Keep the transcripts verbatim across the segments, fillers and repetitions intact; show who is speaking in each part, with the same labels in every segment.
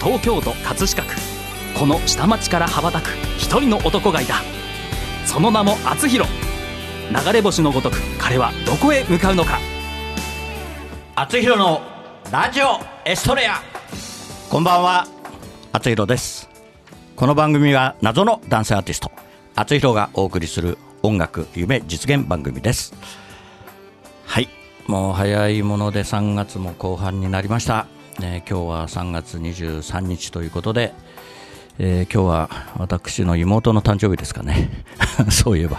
Speaker 1: 東京都葛飾区、この下町から羽ばたく一人の男がいた。その名も厚弘。流れ星のごとく彼はどこへ向かうのか。
Speaker 2: 厚弘のラジオエストレア。こんばんは、厚弘です。この番組は謎の男性アーティスト厚弘がお送りする音楽夢実現番組です。はい、もう早いものでさんがつも後半になりました、ね、今日はさんがつにじゅうさんにちということで、えー、今日は私の妹の誕生日ですかねそういえば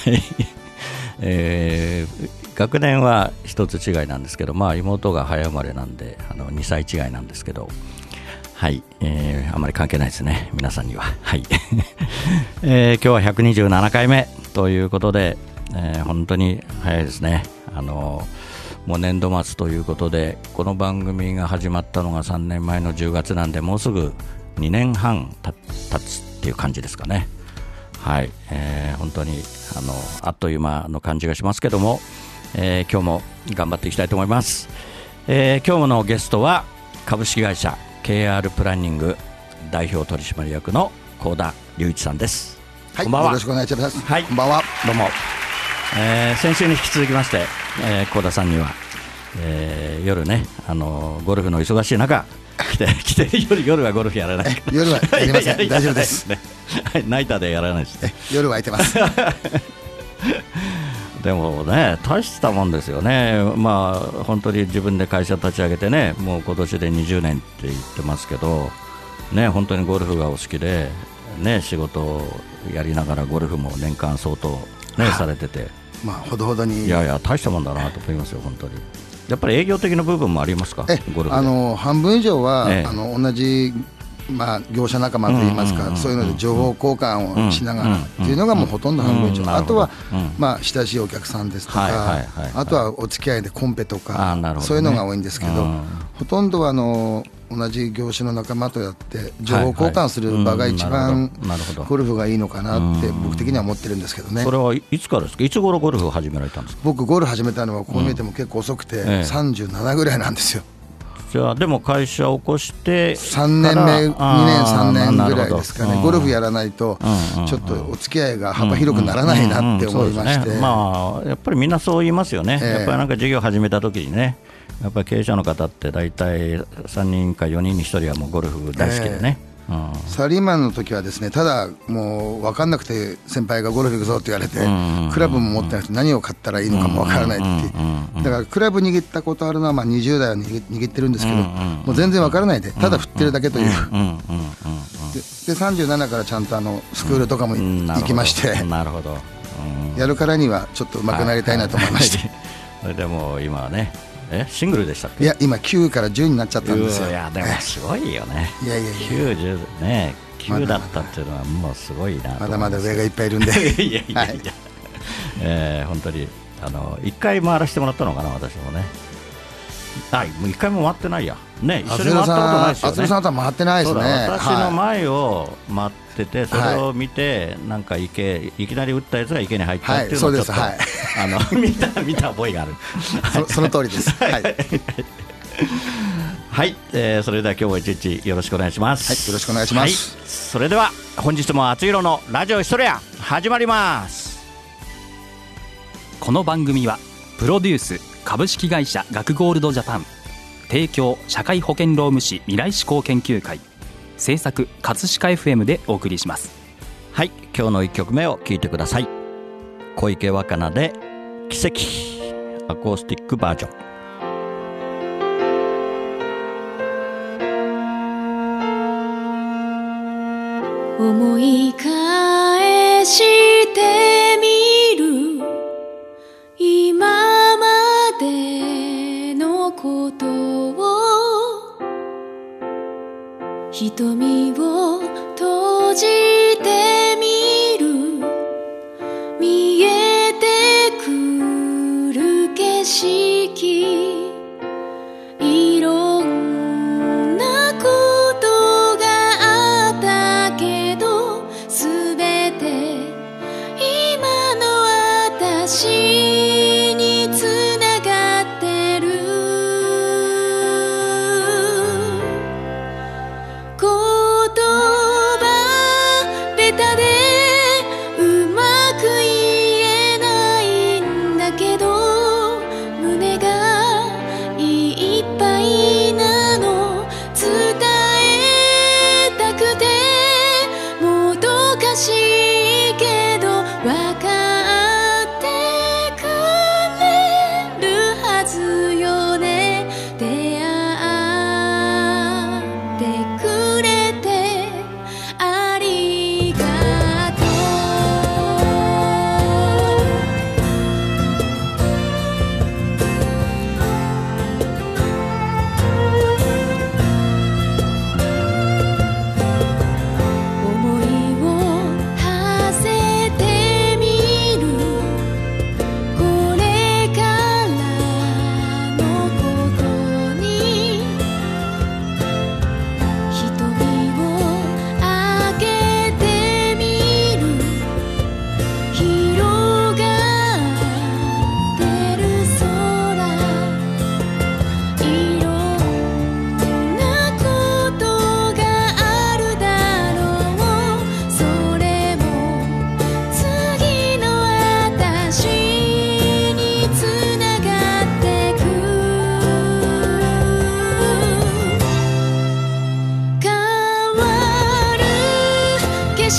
Speaker 2: えー、学年は一つ違いなんですけど、まあ、妹が早生まれなんであのにさい違いなんですけど、はい、えー、あまり関係ないですね皆さんには、はいえー、今日はひゃくにじゅうななかいめということで、えー、本当に早いですね。あのもう年度末ということで、この番組が始まったのがさんねんまえのじゅうがつなんで、もうすぐにねんはんた経つっていう感じですかね。はい、えー、本当にあのあっという間の感じがしますけども、えー、今日も頑張っていきたいと思います。えー、今日のゲストは株式会社 ケーアール プランニング代表取締役の幸田隆一さんです。
Speaker 3: はい、
Speaker 2: こんばんは。
Speaker 3: よろしくお願いします。
Speaker 2: はい、
Speaker 3: こんばんは。
Speaker 2: どうも。えー、先週に引き続きまして、えー、幸田さんには、えー、夜ね、あのー、ゴルフの忙しい中来て来て夜, 夜はゴルフやらない
Speaker 3: 夜はやりません大丈夫です、
Speaker 2: ね、はい、ナイターでやらないですね。
Speaker 3: 夜は空いてます
Speaker 2: でもね、大したもんですよね。まあ本当に自分で会社立ち上げてね、もう今年でにじゅうねんって言ってますけどね、本当にゴルフがお好きでね、仕事をやりながらゴルフも年間相当ねされてて、
Speaker 3: まあほどほどに、
Speaker 2: いやいや大したもんだなと思いますよ本当に。やっぱり営業的な部分もありますか。
Speaker 3: え
Speaker 2: ゴルフで
Speaker 3: あの半分以上は、
Speaker 2: ええ、
Speaker 3: あの同じ、まあ、業者仲間といいますか、そういうので情報交換をしながらっていうのがもうほとんど半分以上、あとは、まあ、親しいお客さんですとか、あとはお付き合いでコンペとか、ね、そういうのが多いんですけど、ほとんどはあの同じ業種の仲間とやって情報交換する場が一番ゴルフがいいのかなって僕的には思ってるんですけどね。
Speaker 2: それはいつからですか。いつ頃ゴルフを始められたんですか。
Speaker 3: 僕ゴルフ始めたのはこう見えても結構遅くて、うんええ、さんじゅうななぐらいなんですよ。
Speaker 2: じゃあでも会社を起こして
Speaker 3: さんねんめ、にねんさんねんぐらいですかね。ゴルフやらないとちょっとお付き合いが幅広くならないなって思いまして、
Speaker 2: まあやっぱりみんなそう言いますよね、ええ、やっぱりなんか事業始めた時にね、やっぱり経営者の方って大体さんにんかよにんにひとりはもうゴルフ大好きでね、え
Speaker 3: ーうん、サラリーマンの時はですね、ただもう分かんなくて先輩がゴルフ行くぞって言われて、うんうん、クラブも持ってなくて何を買ったらいいのかも分からないって、だからクラブ握ったことあるのはまあにじゅうだいは握ってるんですけど、もう全然分からないでただ振ってるだけという、でさんじゅうななからちゃんとあのスクールとかも行きまして、
Speaker 2: なるほど、
Speaker 3: うん、やるからにはちょっと上手くなりたいなと思いまして、はいはい、
Speaker 2: それでも今はね、えシングルでしたっけ。
Speaker 3: いや今きゅうからじゅうになっちゃったんですよ。
Speaker 2: いやでもすごいよね。
Speaker 3: いやいやいや
Speaker 2: きゅうじゅうね、きゅうだったっていうのはもうすごいなと。
Speaker 3: まだまだ上がいっぱいいるんで
Speaker 2: いやいやいや、はい、えー、本当にあのいっかい回らせてもらったのかな私もね。あ、もういっかいも回ってないやね。一緒に回ったことないですよね。
Speaker 3: 厚弘さんとは回ってないですね。
Speaker 2: 私の前を回ってて、それを見て、はい、なんか池いきなり打ったやつが池に入ったっていうのをちょっと、はい、あの見た見た覚えがある
Speaker 3: そ, その通りです。はい、
Speaker 2: はい、えー、それでは今日も一日よろしくお願いします。
Speaker 3: はい、よろしくお願いします、
Speaker 2: はい、それでは本日も厚弘のラジオヒストレア始まります。
Speaker 1: この番組はプロデュース株式会社学ゴールドジャパン、提供社会保険労務士未来志向研究会、制作葛飾 エフエム でお送りします。
Speaker 2: はい、今日のいっきょくめを聴いてください。小池若菜で奇跡アコースティックバージョン。
Speaker 4: 思い返してみる今までのことを、瞳を閉じてみる、見えてくる景色、いろんなことがあったけど、すべて今の私につながってる。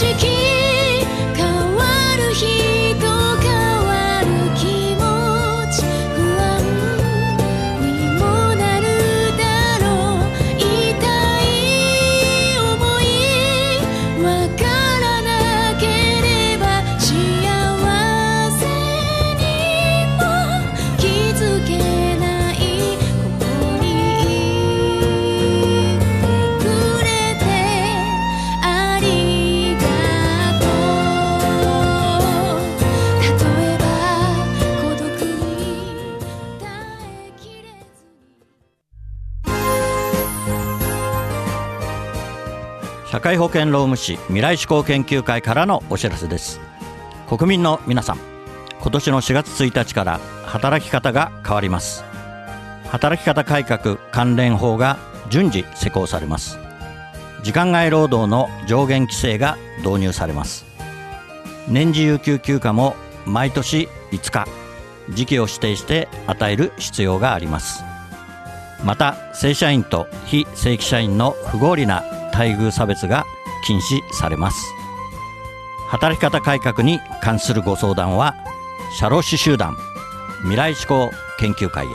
Speaker 4: 色変わる人変わる気持ち不安にもなるだろう痛い思いわからなければ幸せにも気づけないここにいてくれてありがとう例えば孤独に耐えきれずに
Speaker 2: 社会保険労務士未来志向研究会からのお知らせです。国民の皆さん、今年のしがつついたちから働き方が変わります。働き方改革関連法が順次施行されます。時間外労働の上限規制が導入されます。年次有給休暇も毎年いつか時期を指定して与える必要があります。また正社員と非正規社員の不合理な待遇差別が禁止されます。働き方改革に関するご相談は社労士集団未来志向研究会へ。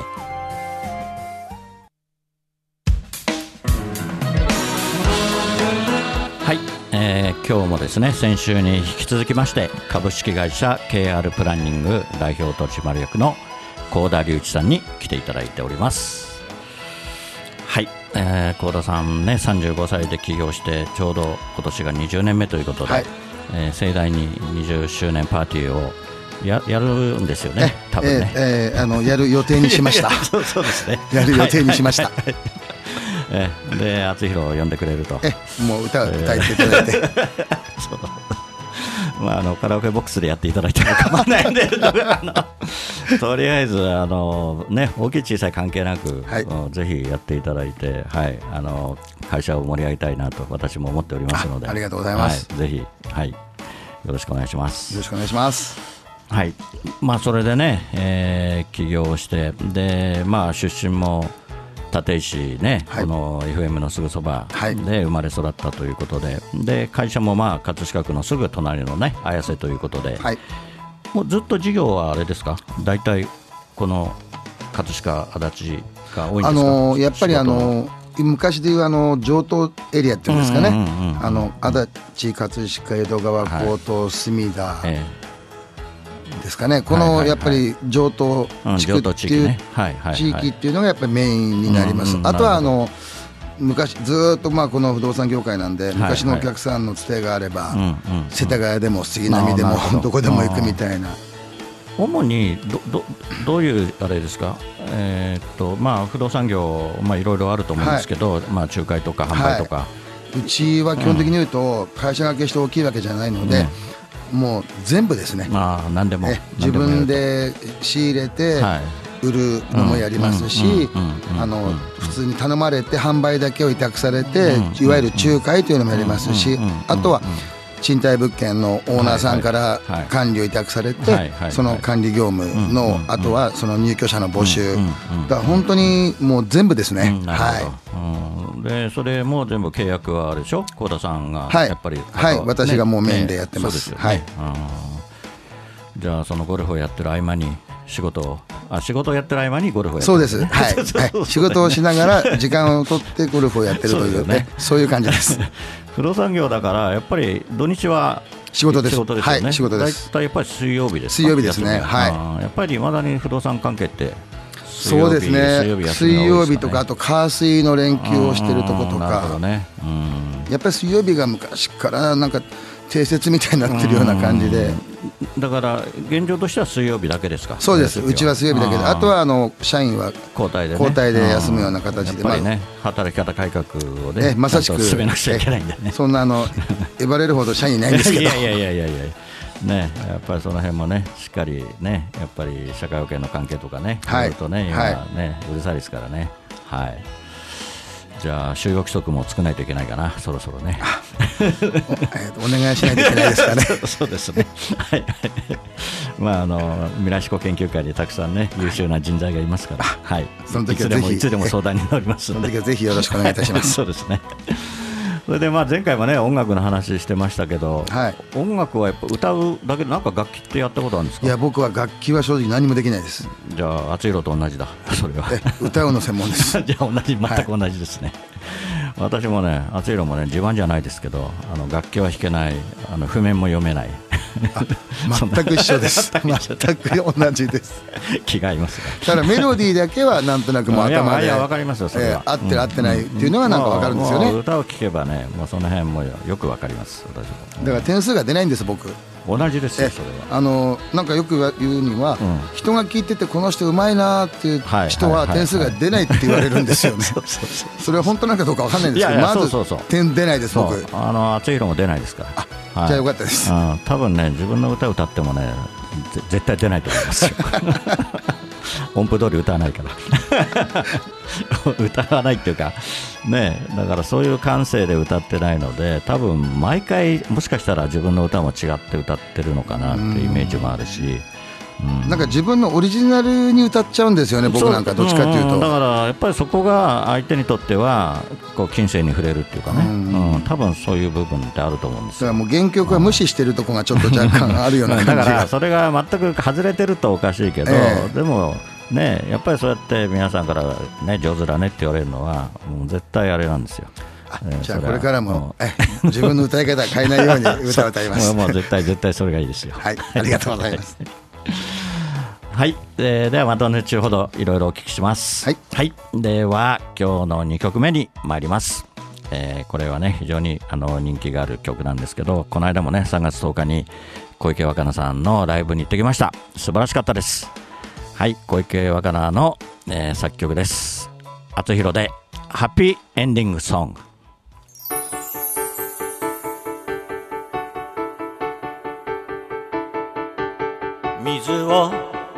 Speaker 2: はい、えー、今日もですね、先週に引き続きまして株式会社 ケーアール プランニング代表取締役の幸田隆一さんに来ていただいております。はい、えー、幸田さんね、さんじゅうごさいで起業してちょうど今年がにじゅうねんめということで、はい、えー、盛大ににじゅっしゅうねんパーティーを や, やるんですよね、多分ね、
Speaker 3: えーえー、あのやる予定にしました
Speaker 2: そう, そうですね、
Speaker 3: やる予定にしました、はいはい、
Speaker 2: えー、で厚弘を呼んでくれると、
Speaker 3: えもう 歌, 歌っていただいて
Speaker 2: そうまあ、あのカラオケボックスでやっていただいても構わないんであのとりあえずあの、ね、大きい小さい関係なく、はい、ぜひやっていただいて、はい、あの会社を盛り上げたいなと私も思っておりますので、
Speaker 3: あ, ありがとうございます、
Speaker 2: はい、ぜひ、はい、よろしくお願いします。
Speaker 3: よろしくお願いします。
Speaker 2: はい、まあ、それでね、えー、起業してで、まあ、出身も立石ね、はい、この エフエム のすぐそばで生まれ育ったということで、で会社もまあ葛飾区のすぐ隣のね綾瀬ということで、はい、もうずっと事業はあれですか、大体この葛飾足立が多いんですか。あの
Speaker 3: やっぱりあの昔でいうあの城東エリアっていうんですかね、足立葛飾江戸川江東隅田、はい、えーですかね、このやっぱり城東地区っていう地域っていうのがやっぱりメインになります。あとはあの昔ずっとまあこの不動産業界なんで、昔のお客さんのつてがあれば世田谷でも杉並でもどこでも行くみたいな。
Speaker 2: 主に ど, ど, どういうあれですか、えーっとまあ、不動産業いろいろあると思うんですけど、はい、まあ、仲介とか販売とか、はい、
Speaker 3: うちは基本的に言うと会社が決して大きいわけじゃないので、うん、もう全部ですね、
Speaker 2: ああ何でも
Speaker 3: 自分で仕入れて売るのもやりますし、普通に頼まれて販売だけを委託されて、いわゆる仲介というのもやりますし、あとは賃貸物件のオーナーさんから管理を委託されて、その管理業務のあとはその入居者の募集だ、本当にもう全部ですね。
Speaker 2: はい、でそれも全部契約はあれでしょ、幸田さんがやっぱり、
Speaker 3: はい、私がもうメインでやってます。はい。
Speaker 2: じゃあそのゴルフをやってる合間に仕事をあ仕事をやってる合間にゴルフをやってる、
Speaker 3: そうです、はいはい、仕事をしながら時間を取ってゴルフをやってるという、ね、そういう感じです
Speaker 2: 不動産業だからやっぱり土日は
Speaker 3: 仕事です。
Speaker 2: 仕事ですよね。
Speaker 3: はい、仕事です。
Speaker 2: だいたいやっぱり水曜日ですか。
Speaker 3: 水曜日ですね。は
Speaker 2: い。やっぱり未だに不動産関係って
Speaker 3: そうですね。水曜日、ね、水曜日とかあと火水の連休をしてるとことか、なるほどね、うん、やっぱり水曜日が昔からなんか定説みたいになってるような感じで、
Speaker 2: だから現状としては水曜日だけですか。
Speaker 3: そうです。うちは水曜日だけで、あとはあの社員は
Speaker 2: 交代で、ね、
Speaker 3: 交代で休むような形で、
Speaker 2: やっぱりね、まあ、働き方改革をね、まさしく進めなくちゃいけないんでね。
Speaker 3: そんなあの呼ばれるほど社員いないんですけど
Speaker 2: いやいやいやいやいやね、やっぱりその辺もねしっかりね、やっぱり社会保険の関係とかね、はい、とね今ね、はい、うるさいですからね。はい。じゃあ就業規則も作らないといけないかな、そろそろね
Speaker 3: お, えー、とお願いしないといけないですかね
Speaker 2: そうですねはいまあ、あの未来志向研究会でたくさんね優秀な人材がいますから、はい、その時はぜひいつでもいつでも相談に乗りますので、
Speaker 3: その時はぜひよろしくお願いいたします
Speaker 2: そうですねそれでまあ前回もね音楽の話してましたけど、
Speaker 3: はい、
Speaker 2: 音楽はやっぱ歌うだけでなんか楽器ってやったことあるんですか？
Speaker 3: いや僕は楽器は正直何もできないです。
Speaker 2: じゃあ厚弘と同じだそれは。
Speaker 3: 歌うの専門です。
Speaker 2: じゃあ同じ、全く同じですね、はい、私もね厚弘もね自慢じゃないですけど、あの楽器は弾けない、あの譜面も読めない。
Speaker 3: 全く一緒です全く同じです。
Speaker 2: 気が合います
Speaker 3: が、ただメロディーだけはなんとなくもう頭で、
Speaker 2: いや分かりますよそれは、
Speaker 3: えー、合ってる合ってないっていうのがなんか分かるんですよね、
Speaker 2: うん、歌を聴けばね、もうその辺もよく分かります。私も
Speaker 3: だから点数が出ないんです僕。
Speaker 2: 同じですよそれは。
Speaker 3: あのなんかよく言うには、うん、人が聴いててこの人うまいなっていう人は点数が出ないって言われるんですよね。それは本当なのかどうか分かんないんですけど、まず点出ないです僕。
Speaker 2: あの厚弘も出ないですから。
Speaker 3: あ、はい、じゃあよかったです。
Speaker 2: 多分ね自分の歌歌ってもね絶対出ないと思いますよ。音符通り歌わないから歌わないっていうかね、だからそういう感性で歌ってないので、多分毎回もしかしたら自分の歌も違って歌ってるのかなっていうイメージもあるし、うん、なんか自分のオリジナルに歌っちゃうんですよね僕なんかどっちかっていうと、うん、だからやっぱりそこが相手にとってはこう金星に触れるっていうかね、うんうん、多分そういう部分ってあると思うんですよ。だからもう原曲は無視してるとこがちょっと若干あるような感じがだからそれが全く外れてるとおかしいけど、えー、でもね、やっぱりそうやって皆さんから、ね、上手だねって言われるのはもう絶対あれなんですよ。
Speaker 3: えー、じゃあこれからもえ自分の歌い方変えないように歌を歌います。
Speaker 2: もう絶対絶対それがいいですよ。
Speaker 3: はい、ありがとうございます。
Speaker 2: はい、えー、ではまた後ほどいろいろお聞きします。
Speaker 3: はい、
Speaker 2: はい、では今日のにきょくめに参ります。えー、これはね非常にあの人気がある曲なんですけど、この間もねさんがつとおかに小池若菜さんのライブに行ってきました。素晴らしかったです。はい、小池若菜の、えー、作曲です。厚弘でハッピーエンディングソング。
Speaker 5: 水を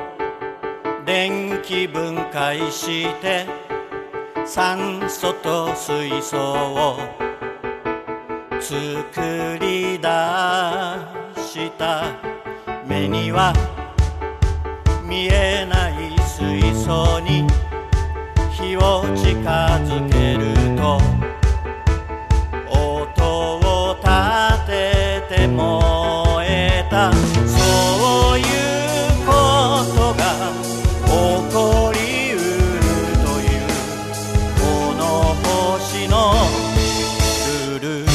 Speaker 5: 電気分解して酸素と水素を作り出した目には見えない水素に火を近づけると音を立てて燃えた。そういうことが起こりうるというこの星のルール。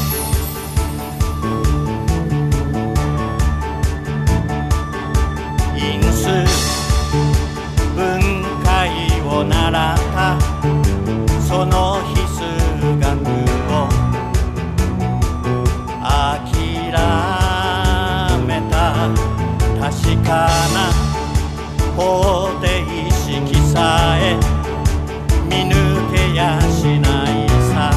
Speaker 5: 因数分解を習ったその必須学を諦めた確かな方程式さえ見抜けやしないさ。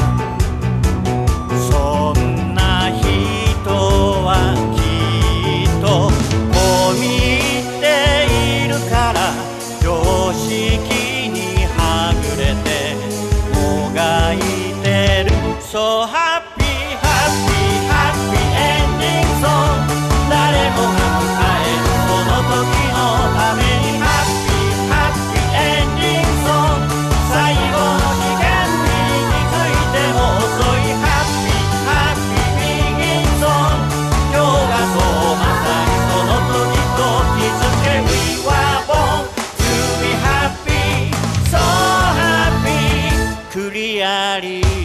Speaker 5: そんな人はきっとこう見ているから常識にはぐれてもがいてる。そうハッピーハッピーハッピーエンディングソング。誰もが迎えるその時のためにハッピーハッピーエンディングソング。最後の時間に気づいても遅いハッピーハッピービギンソング。今日がそうまさにその時と気づけ We were born to be happy so happy クリアリー。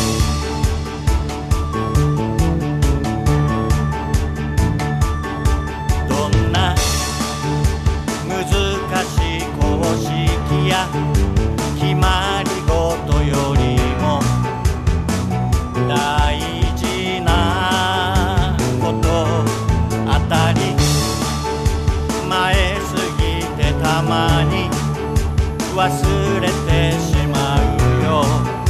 Speaker 5: どんな難しい公式や決まり事よりも大事なこと当たり前すぎてたまに忘れてしまうよ。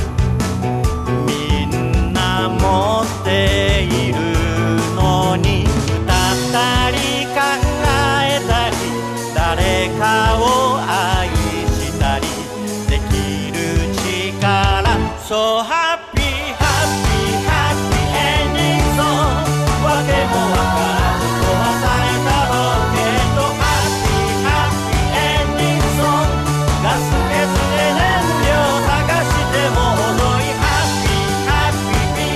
Speaker 5: みんな持っているのに歌ったり考えたり誰かを愛したりできる力。そうハッピーハッピーハッピーエンディングソング。わけもわからず飛ばされたロケット。ハッピーハッピーエンディングソング。ガス欠で燃料探しても遅い。ハッピーハッピービ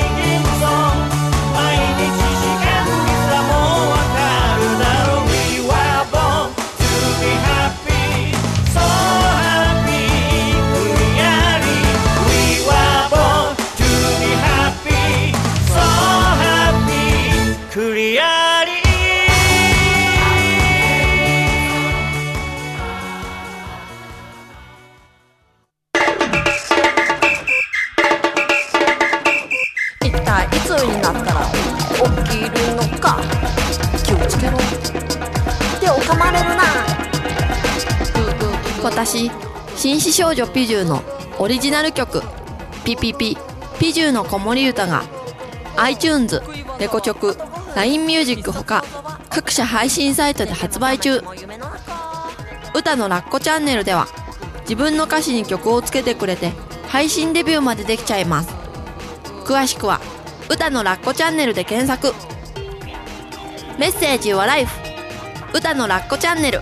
Speaker 6: 私紳士少女ピジューのオリジナル曲ピピピピジューの子守歌が iTunes、レコチョク、ライン ミュージックほか各社配信サイトで発売中。歌のラッコチャンネルでは自分の歌詞に曲をつけてくれて配信デビューまでできちゃいます。詳しくは歌のラッコチャンネルで検索。メッセージはライフ歌のラッコチャンネル。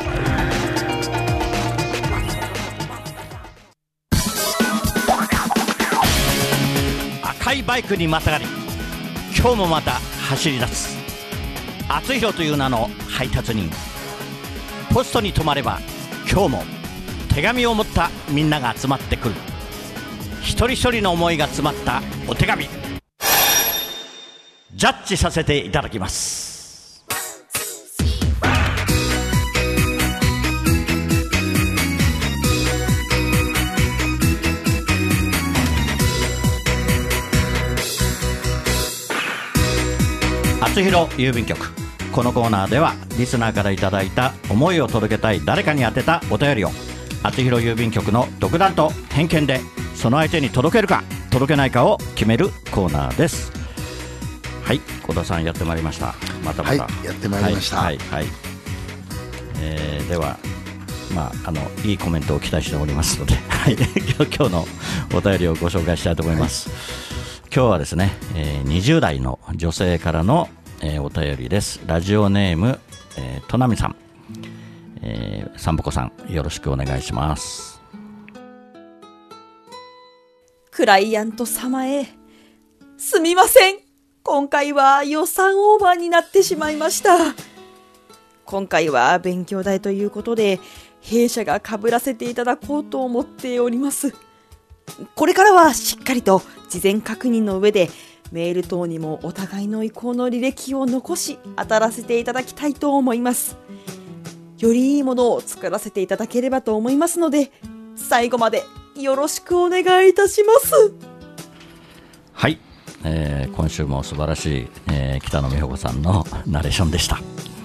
Speaker 5: 赤いバイクにまたがり今日もまた走り出す厚弘という名の配達人。ポストに止まれば今日も手紙を持ったみんなが集まってくる。一人一人の思いが詰まったお手紙ジャッジさせていただきます。厚弘郵便局。このコーナーではリスナーからいただいた思いを届けたい誰かに宛てたお便りを厚弘郵便局の独断と偏見でその相手に届けるか届けないかを決めるコーナーです。はい、小田さんやってまいりました。またまた、
Speaker 3: はい、やってまいりました。
Speaker 5: はいはいはい、えー、ではまあ、あのいいコメントを期待しておりますので、はい、今日のお便りをご紹介したいと思います。はい、今日はですね、えー、にじゅう代の女性からの、えー、お便りです。ラジオネーム、えー、となみさん、えー、さんぼこさんよろしくお願いします。
Speaker 7: クライアント様へすみません、今回は予算オーバーになってしまいました。今回は勉強代ということで弊社が被らせていただこうと思っております。これからはしっかりと事前確認の上でメール等にもお互いの意向の履歴を残し当たらせていただきたいと思います。よりいいものを作らせていただければと思いますので最後までよろしくお願いいたします。
Speaker 5: はい、えー、今週も素晴らしい、えー、北野美穂子さんのナレーションでした。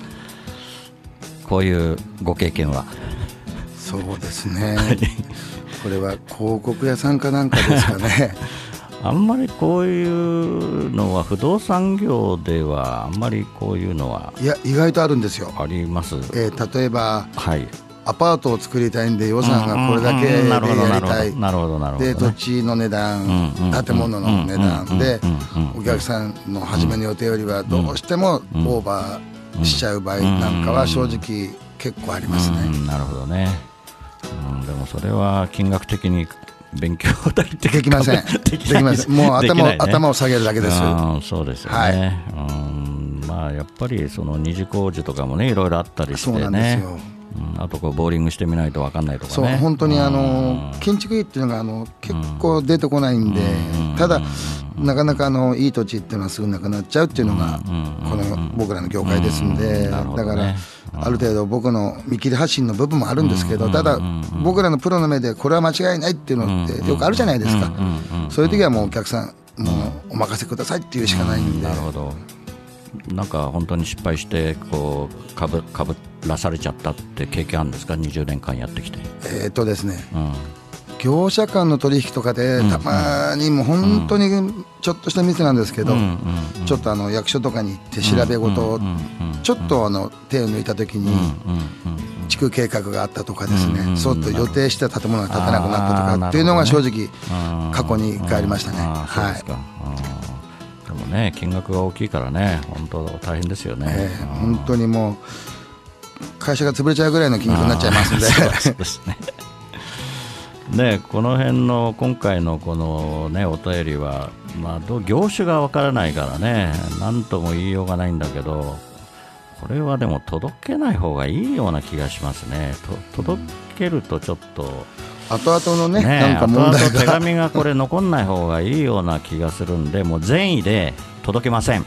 Speaker 5: こういうご経験は？
Speaker 3: そうですねこれは広告屋さんかなんかですかね
Speaker 5: あんまりこういうのは不動産業ではあんまりこういうのはい
Speaker 3: や意外とあるんですよ。
Speaker 5: あります。
Speaker 3: えー、例えば、
Speaker 5: はい、
Speaker 3: アパートを作りたいんで予算がこれだけでやりたい。
Speaker 5: なるほどなるほど、ね、
Speaker 3: で土地の値段、建物の値段でお客さんの初めの予定よりはどうしてもオーバーしちゃう場合なんかは正直結構ありますね。
Speaker 5: うんうん、なるほどね。うん、でもそれは金額的に勉強代って
Speaker 3: できませんできません。もう頭を、ね、頭を下げるだけです。
Speaker 5: あ、そうですよね。はい、うん、まあやっぱりその二次工事とかもねいろいろあったりしてね。そうなんですよ。うん、あとこうボーリングしてみないと分かんないとかね。
Speaker 3: そう本当にあの建築費っていうのがあの結構出てこないんで、ただなかなかあのいい土地っていうのはすぐなくなっちゃうっていうのがこの僕らの業界ですんで、だからある程度僕の見切り発信の部分もあるんですけど、ただ僕らのプロの目でこれは間違いないっていうのってよくあるじゃないですか。そういう時はもうお客さんもうお任せくださいっていうしかないんで。
Speaker 5: なるほど。なんか本当に失敗してこうかぶ、かぶらされちゃったって経験あるんですか？にじゅうねんかんやってきて。
Speaker 3: えーっとですね、うん、業者間の取引とかでたまにもう本当にちょっとしたミスなんですけど、ちょっとあの役所とかに行って調べ事をちょっとあの手を抜いた時に地区計画があったとかですね、そうと予定した建物が建てなくなったとかっていうのが正直過去に一回ありましたね。はい。
Speaker 5: でもね、金額が大きいからね、本当大変ですよね。
Speaker 3: えー、本当にもう会社が潰れちゃうぐらいの金額になっちゃいますんで。
Speaker 5: そうですね。ね、この辺の今回のこのねお便りは、まあ、ど業種がわからないからね、何とも言いようがないんだけど、これはでも届けない方がいいような気がしますね。と届けるとちょっと。後
Speaker 3: 々のね、
Speaker 5: ね、
Speaker 3: なんか問題が
Speaker 5: 後々手紙がこれ残んない方がいいような気がするんで、もう善意で届けません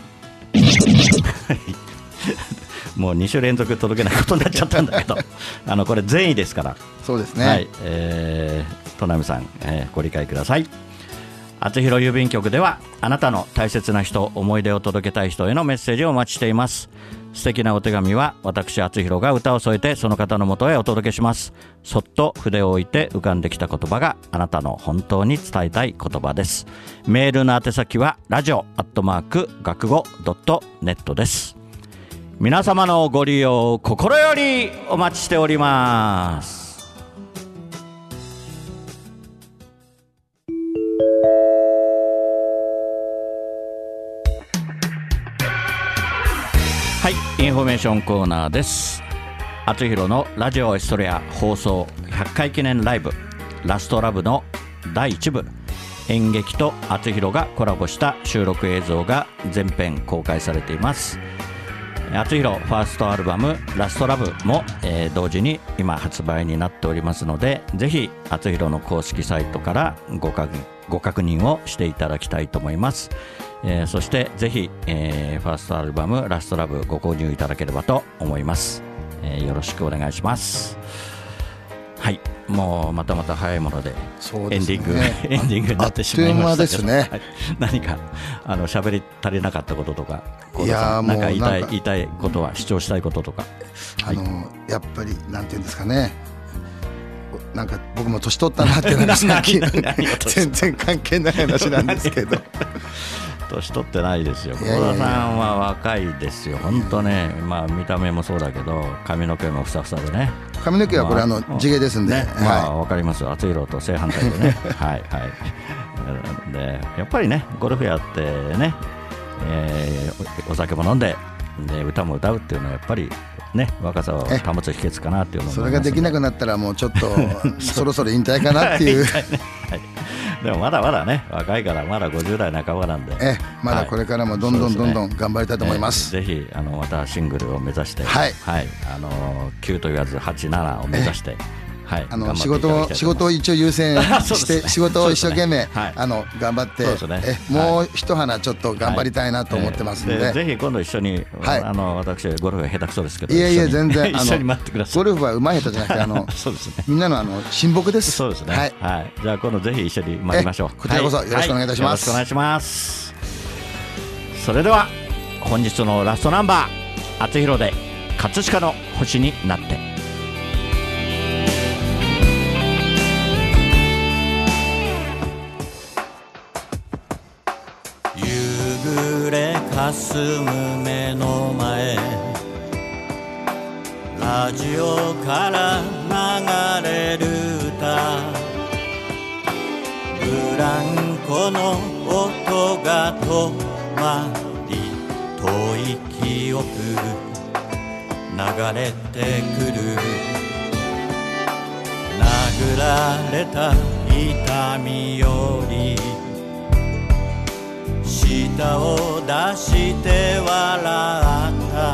Speaker 5: もうに週連続届けないことになっちゃったんだけどあのこれ善意ですから。
Speaker 3: そうですね、
Speaker 5: はい、えー、戸波さん、えー、ご理解ください。厚弘郵便局ではあなたの大切な人、思い出を届けたい人へのメッセージをお待ちしています。
Speaker 2: 素敵なお手紙は私あつひろが歌を添えてその方のもとへお届けします。そっと筆を置いて浮かんできた言葉があなたの本当に伝えたい言葉です。メールの宛先はラジオアットマーク学語ドットネットです。皆様のご利用心よりお待ちしております。はい、インフォメーションコーナーです。あつひろのラジオエストレア放送ひゃっかい記念ライブラストラブのだいいち部、演劇とあつひろがコラボした収録映像が全編公開されています。あつひろファーストアルバムラストラブも、えー、同時に今発売になっておりますので、ぜひあつひろの公式サイトからご確認、ご確認をしていただきたいと思います。えー、そしてぜひ、えー、ファーストアルバムラストラブご購入いただければと思います。えー、よろしくお願いします。はい、もうまたまた早いもので、エンディングエンディングになってしまいましたけど、
Speaker 3: あっという間ですね。
Speaker 2: はい、何かあの喋り足りなかったこととか、
Speaker 3: いやー
Speaker 2: なんか言いたい
Speaker 3: もうなんか
Speaker 2: 言いたいことは主張したいこととか、はい、
Speaker 3: あのやっぱりなんていうんですかね、なんか僕も年取ったなっていうのが最近全然関係ない話なんですけど
Speaker 2: 年取ってないですよ。
Speaker 3: いやいやいや
Speaker 2: 小田さんは若いですよ本当ね。まあ見た目もそうだけど髪の毛もふさふさでね。
Speaker 3: 髪の毛はこれあの
Speaker 2: まあ
Speaker 3: 地毛ですんで、
Speaker 2: ね、まあ
Speaker 3: は
Speaker 2: わかります。あつひろと正反対でねはいはいでやっぱりねゴルフやってね、えー、お, お酒も飲んでで歌も歌うっていうのはやっぱりね若さを保つ秘訣かなっていうのを思います、ね、
Speaker 3: それができなくなったらもうちょっとそろそろ引退かなっていう
Speaker 2: はい、でもまだまだね若いからまだごじゅう代半ばなんで、
Speaker 3: えまだこれからもどんどんどんどん頑張りたいと思います。
Speaker 2: はい、ぜひあのまたシングルを目指して、
Speaker 3: はい
Speaker 2: はい、あのきゅうと言わずはち、ななを目指して、はい、
Speaker 3: あの
Speaker 2: 頑張って
Speaker 3: 仕事を仕事を一応優先して仕事を一生懸命、
Speaker 2: はい、
Speaker 3: あの頑張って、
Speaker 2: そうですね、
Speaker 3: えもう一花ちょっと頑張りたいなと思ってますので、
Speaker 2: はい、でぜひ今度一緒に、はい、あの私ゴルフ下手くそですけど、
Speaker 3: いえいえ全然
Speaker 2: 一緒に待ってください。
Speaker 3: ゴルフは上手い下手じゃなくてあの
Speaker 2: そうですね、
Speaker 3: みんなのあの親睦です。
Speaker 2: そうですね、
Speaker 3: はい
Speaker 2: はい、じゃあ今度ぜひ一緒に参りましょう。
Speaker 3: こちらこそよろしくお願いいたします。
Speaker 2: はいはい、よろしくお願いします。それでは本日のラストナンバー、あつひろで葛飾の星になって。
Speaker 5: 夕暮れ霞む目の前、ラジオから流れる歌、ブランコの音が止まり、遠い記憶流れてくる、殴られた痛みより舌を出して笑った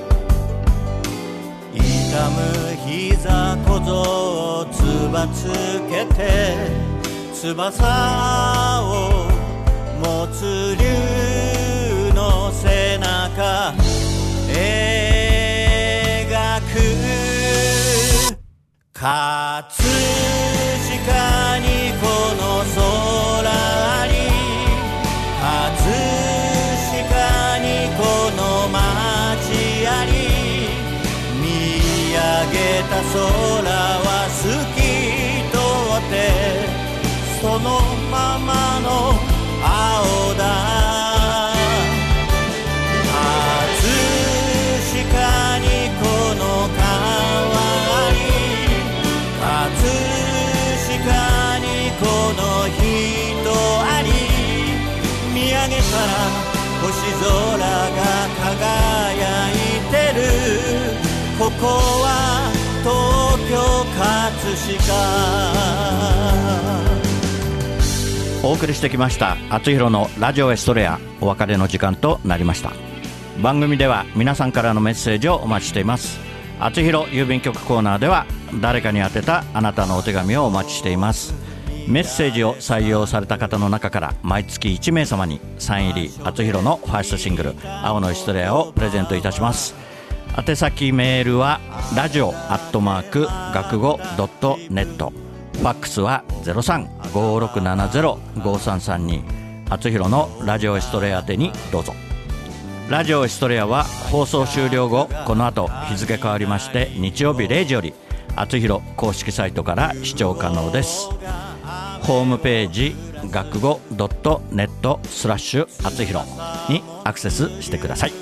Speaker 5: 痛む膝小僧をつばつけて翼を持つ竜の背中描く葛飾にこの空に葛飾にこの街あり、見上げた空は透き通ってそのままの青だ。葛飾にこの川に、葛飾にこの人あり、見上げたら星空が輝いてる、ここは東京葛飾。
Speaker 2: お送りしてきましたあつひろのラジオエストレア、お別れの時間となりました。番組では皆さんからのメッセージをお待ちしています。あつひろ郵便局コーナーでは誰かに宛てたあなたのお手紙をお待ちしています。メッセージを採用された方の中から毎月いち名様にサイン入りあつひろのファーストシングル青のエストレアをプレゼントいたします。宛先メールはラジオアットマーク学語ドットネット、ファックスは ゼロさん ごーろくななゼロ ごーさんさんに、あつひろのラジオエストレア宛てにどうぞ。 ラジオヒストリアは放送終了後、この後日付変わりまして日曜日れいじよりあつひろ公式サイトから視聴可能です。ホームページ学語 .net スラッシュあつひろにアクセスしてください。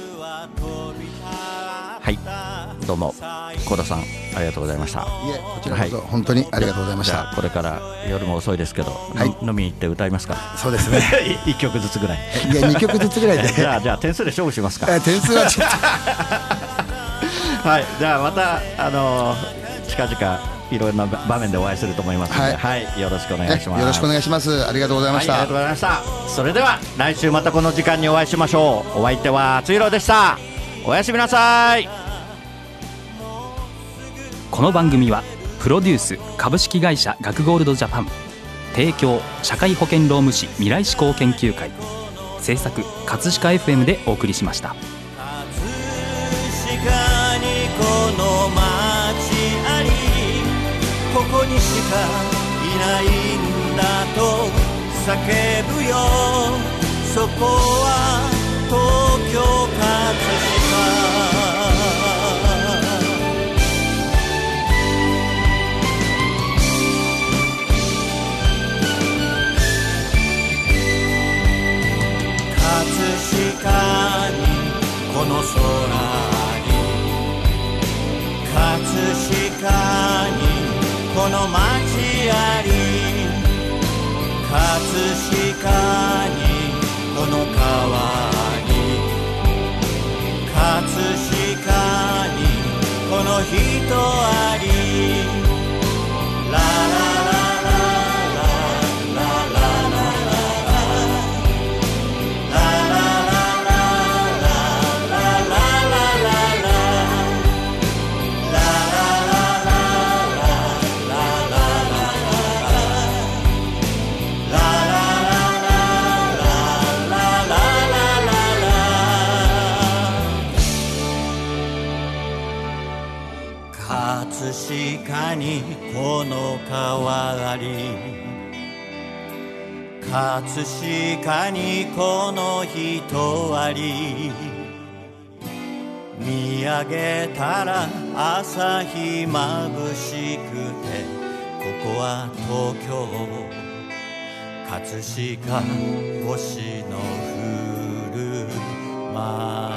Speaker 2: はい、どうも幸田さんありがとうございました。い
Speaker 3: え、こちらこそ本当にありがとうございました。
Speaker 2: じゃあこれから夜も遅いですけど、はい、飲みに行って歌いますか。
Speaker 3: そうですね
Speaker 2: いっきょくずつぐらい。
Speaker 3: いやにきょくずつぐらいで
Speaker 2: じゃあじゃあ点数で勝負しますか。
Speaker 3: 点数はちょっ
Speaker 2: とはい、じゃあまたあのー近々いろんな場面でお会いすると思いますので、はいはい、よろしくお願いします。
Speaker 3: よろしくお願いします。ありがとうございました、
Speaker 2: はい、ありがとうございました。それでは来週またこの時間にお会いしましょう。お相手はあつひろでした。おやすみなさい。
Speaker 1: この番組はプロデュース株式会社学ゴールドジャパン、提供社会保険労務士未来志向研究会、制作葛飾 エフエム でお送りしました。
Speaker 5: 葛飾にこの街あり、ここにしかいないんだと叫ぶよ。そこは東京葛飾。葛飾にこの空に、葛飾にこの街あり、葛飾にこの川に、葛飾にこの人あり。ラララ葛飾にこの川あり、葛飾にこの人あり。見上げたら朝日まぶしくて、ここは東京葛飾、星の降る街。